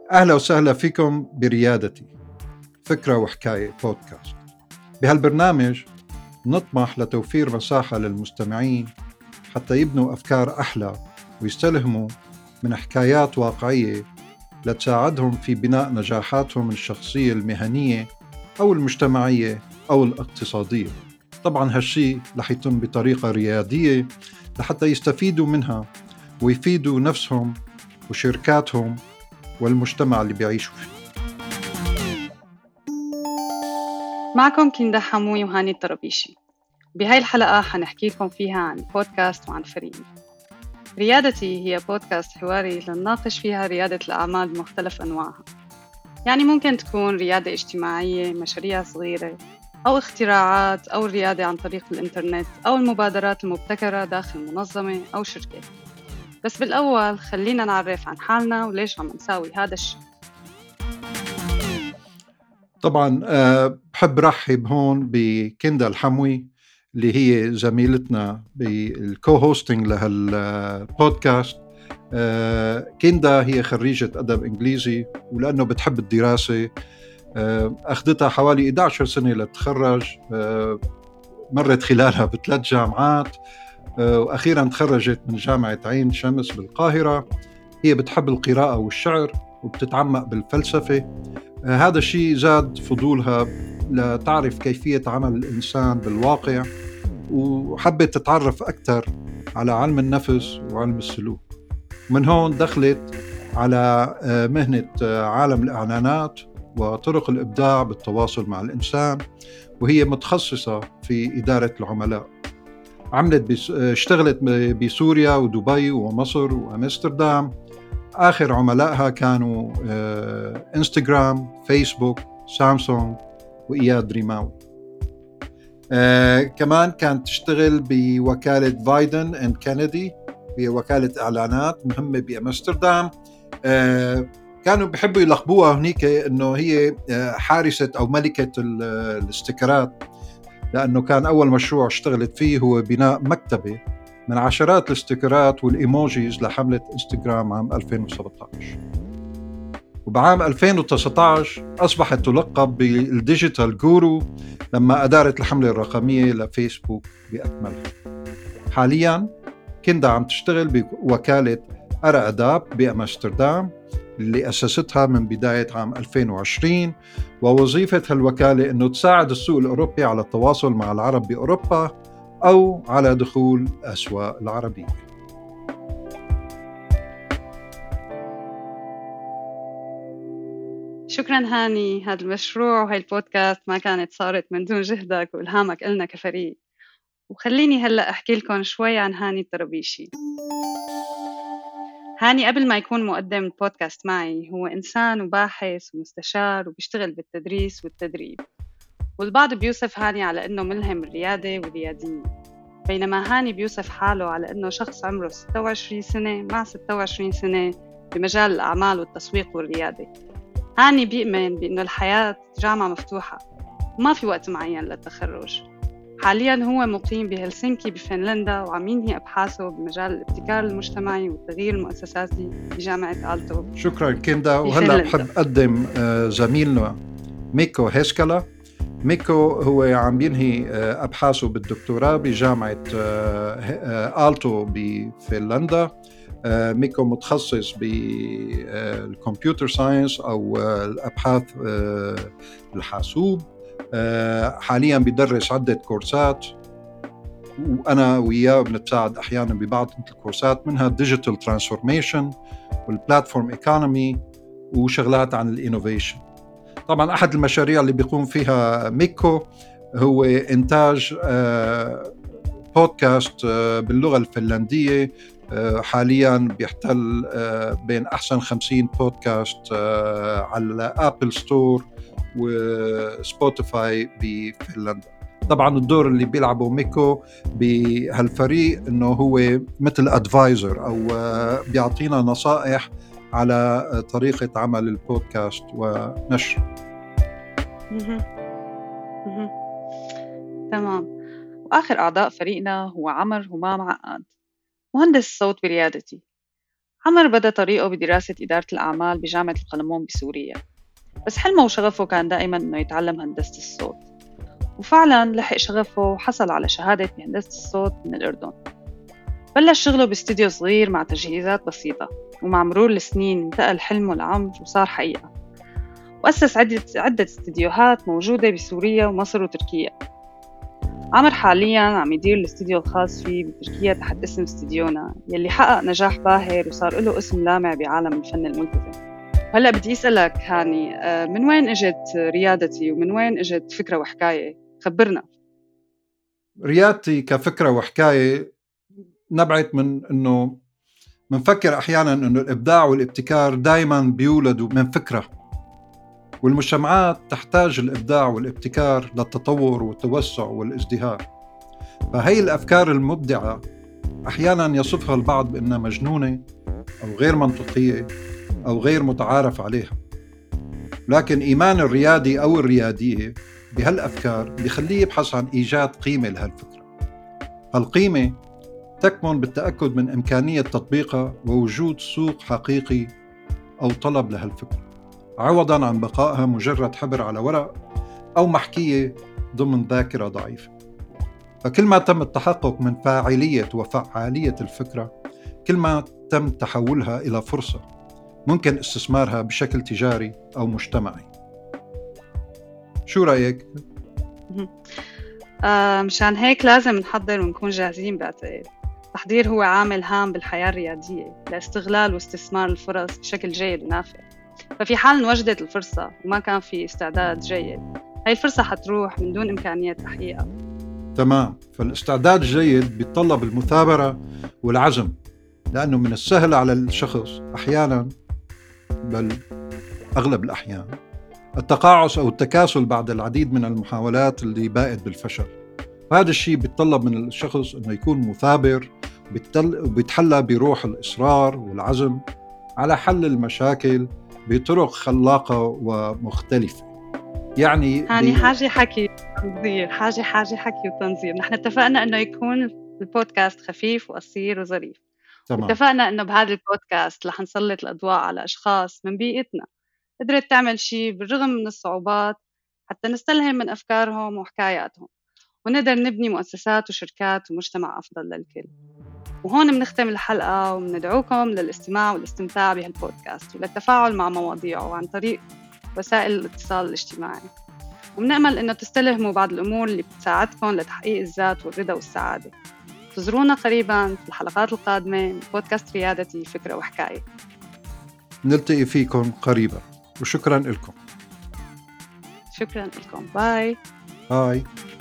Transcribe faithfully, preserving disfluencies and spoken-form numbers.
أهلا وسهلا فيكم بريادتي، فكرة وحكاية بودكاست. بهالبرنامج نطمح لتوفير مساحة للمستمعين حتى يبنوا أفكار أحلى ويستلهموا من حكايات واقعية لتساعدهم في بناء نجاحاتهم الشخصية المهنية أو المجتمعية أو الاقتصادية. طبعا هالشي رح يتم بطريقة ريادية لحتى يستفيدوا منها ويفيدوا نفسهم وشركاتهم والمجتمع اللي بيعيشوا فيه. معكم كندا حموي وهاني الطرابيشي. بهاي الحلقة حنحكي لكم فيها عن بودكاست وعن فريقي. ريادتي هي بودكاست حواري لنناقش فيها ريادة الأعمال بمختلف أنواعها. يعني ممكن تكون ريادة اجتماعية، مشاريع صغيرة، أو اختراعات، أو الريادة عن طريق الإنترنت، أو المبادرات المبتكرة داخل منظمة أو شركة. بس بالأول خلينا نعرف عن حالنا وليش عم نساوي هذا الشيء. طبعا أه بحب رحب هون بكندا الحموي اللي هي زميلتنا بالكو هوستنج لهالبودكاست. أه كندا هي خريجة أدب إنجليزي، ولأنه بتحب الدراسة أه أخذتها حوالي إحدى عشرة سنة لتخرج. أه مرت خلالها بثلاث جامعات، أه وأخيرا تخرجت من جامعة عين شمس بالقاهرة. هي بتحب القراءة والشعر وبتتعمق بالفلسفة. هذا الشيء زاد فضولها لتعرف كيفية عمل الإنسان بالواقع، وحبت تتعرف أكثر على علم النفس وعلم السلوك. من هون دخلت على مهنة عالم الإعلانات وطرق الإبداع بالتواصل مع الإنسان، وهي متخصصة في إدارة العملاء. عملت بس... اشتغلت بسوريا ودبي ومصر وأمستردام. آخر عملائها كانوا إنستغرام، فيسبوك، سامسونج وإياد ريماوي. آه، كمان كانت تشتغل بوكالة فايدن اند كينيدي، هي وكالة إعلانات مهمة بأمستردام. آه، كانوا بيحبوا يلقبوها هنيك إنه هي حارسة أو ملكة الاستيكرات، لأنه كان أول مشروع اشتغلت فيه هو بناء مكتبة من عشرات الاستيكرات والإيموجيز لحملة إنستغرام عام ألفين وسبعة عشر. وبعام ألفين وتسعة عشر أصبحت تلقب بالديجيتال جورو لما أدارت الحملة الرقمية لفيسبوك بأكملها. حالياً كندا عم تشتغل بوكالة أرا أداب بأمستردام اللي أسستها من بداية عام ألفين وعشرين، ووظيفة هالوكالة أنه تساعد السوق الأوروبي على التواصل مع العرب بأوروبا أو على دخول الأسواق العربية. شكراً هاني. هذا المشروع وهي البودكاست ما كانت صارت من دون جهدك وإلهامك إلنا كفريق. وخليني هلأ أحكي لكم شوي عن هاني الطرابيشي. هاني قبل ما يكون مقدم البودكاست معي هو إنسان وباحث ومستشار وبيشتغل بالتدريس والتدريب، والبعض بيوصف هاني على إنه ملهم الريادة والرياديين، بينما هاني بيوصف حاله على إنه شخص عمره ستة وعشرين سنة مع ستة وعشرين سنة بمجال الأعمال والتسويق والريادة. هاني بيؤمن بإنه الحياة جامعة مفتوحة وما في وقت معين للتخرج. حالياً هو مقيم بهلسنكي بفنلندا وعم ينهي أبحاثه بمجال الابتكار المجتمعي والتغيير المؤسساتي بجامعة آلتو. شكراً كندا. وهلأ بحب أقدم زميلنا ميكو هيسكالا. ميكو هو عم ينهي أبحاثه بالدكتوراه بجامعة آلتو بفنلندا. ميكو متخصص بالكمبيوتر ساينس أو الأبحاث الحاسوب. حالياً بيدرس عدة كورسات، وأنا وياه بنتساعد أحياناً ببعض الكورسات، منها ديجيتال ترانسفورميشن والبلاتفورم ايكونومي وشغلات عن الانوفيشن. طبعاً أحد المشاريع اللي بيقوم فيها ميكو هو إنتاج بودكاست باللغة الفنلندية. حالياً بيحتل بين أحسن خمسين بودكاست على أبل ستور وسبوتيفاي بفنلندا. طبعاً الدور اللي بيلعبه ميكو بهالفريق إنه هو مثل أدفايزر أو بيعطينا نصائح على طريقة عمل البودكاست ونشر. تمام. وآخر أعضاء فريقنا هو عمر همام عقاد، مهندس صوت بريادتي. عمر بدأ طريقه بدراسة إدارة الأعمال بجامعة القلمون بسوريا، بس حلمه وشغفه كان دائما إنه يتعلم هندسة الصوت، وفعلا لحق شغفه وحصل على شهادة بهندسة الصوت من الأردن. بلش شغله باستديو صغير مع تجهيزات بسيطة، ومع مرور السنين انتقل حلمه لعمر وصار حقيقة، وأسس عدة عدة استديوهات موجودة بسوريا ومصر وتركيا. عمر حالياً عم يدير الاستديو الخاص فيه بتركيا تحت اسم استديونا، يلي حقق نجاح باهر وصار له اسم لامع بعالم الفن الملتزم. هلأ بدي أسألك هاني، من وين اجت ريادتي ومن وين اجت فكرة وحكاية؟ خبرنا. ريادتي كفكرة وحكاية نبعت من أنه منفكر أحياناً أنه الإبداع والابتكار دايماً بيولدوا من فكرة، والمجتمعات تحتاج الإبداع والابتكار للتطور والتوسع والازدهار. فهي الأفكار المبدعة أحياناً يصفها البعض بأنها مجنونة أو غير منطقية أو غير متعارف عليها، لكن إيمان الريادي أو الريادية بهالأفكار بيخليه يبحث عن إيجاد قيمة لهالفكرة. هالقيمة تكمن بالتأكد من إمكانية تطبيقها ووجود سوق حقيقي أو طلب لهالفكرة، عوضاً عن بقائها مجرد حبر على ورق أو محكية ضمن ذاكرة ضعيفة. فكل ما تم التحقق من فاعلية وفعالية الفكرة، كل ما تم تحولها إلى فرصة ممكن استثمارها بشكل تجاري أو مجتمعي. شو رأيك؟ آه مشان هيك لازم نحضر ونكون جاهزين. بعتقد التحضير هو عامل هام بالحياة الريادية لاستغلال واستثمار الفرص بشكل جيد ونافع. ففي حال وجدت الفرصة وما كان في استعداد جيد، هاي الفرصة حتروح من دون إمكانية تحقيقها. تمام. فالاستعداد الجيد بيتطلب المثابرة والعزم، لأنه من السهل على الشخص أحيانا، بل أغلب الأحيان، التقاعس أو التكاسل بعد العديد من المحاولات اللي باءت بالفشل. وهذا الشيء بيتطلب من الشخص أنه يكون مثابر وبيتحلى بروح الإصرار والعزم على حل المشاكل بطرق خلاقة ومختلفة. يعني هاني حاجة حكي وتنظير، حاجة حاجة حكي وتنظير. نحن اتفقنا أنه يكون البودكاست خفيف وقصير وظريف. اتفقنا أنه بهذا البودكاست رح نسلط الأضواء على أشخاص من بيئتنا قدرت تعمل شيء بالرغم من الصعوبات حتى نستلهم من أفكارهم وحكاياتهم، ونقدر نبني مؤسسات وشركات ومجتمع أفضل للكل. وهون بنختم الحلقة وبندعوكم للاستماع والاستمتاع بهالبودكاست وللتفاعل مع مواضيعه عن طريق وسائل الاتصال الاجتماعي. وبنأمل إنه تستلهموا بعض الأمور اللي بتساعدكم لتحقيق الذات والرضا والسعادة. تزورونا قريباً في الحلقات القادمة من بودكاست ريادتي فكرة وحكاية. نلتقي فيكم قريباً، وشكراً لكم. شكراً لكم. باي باي.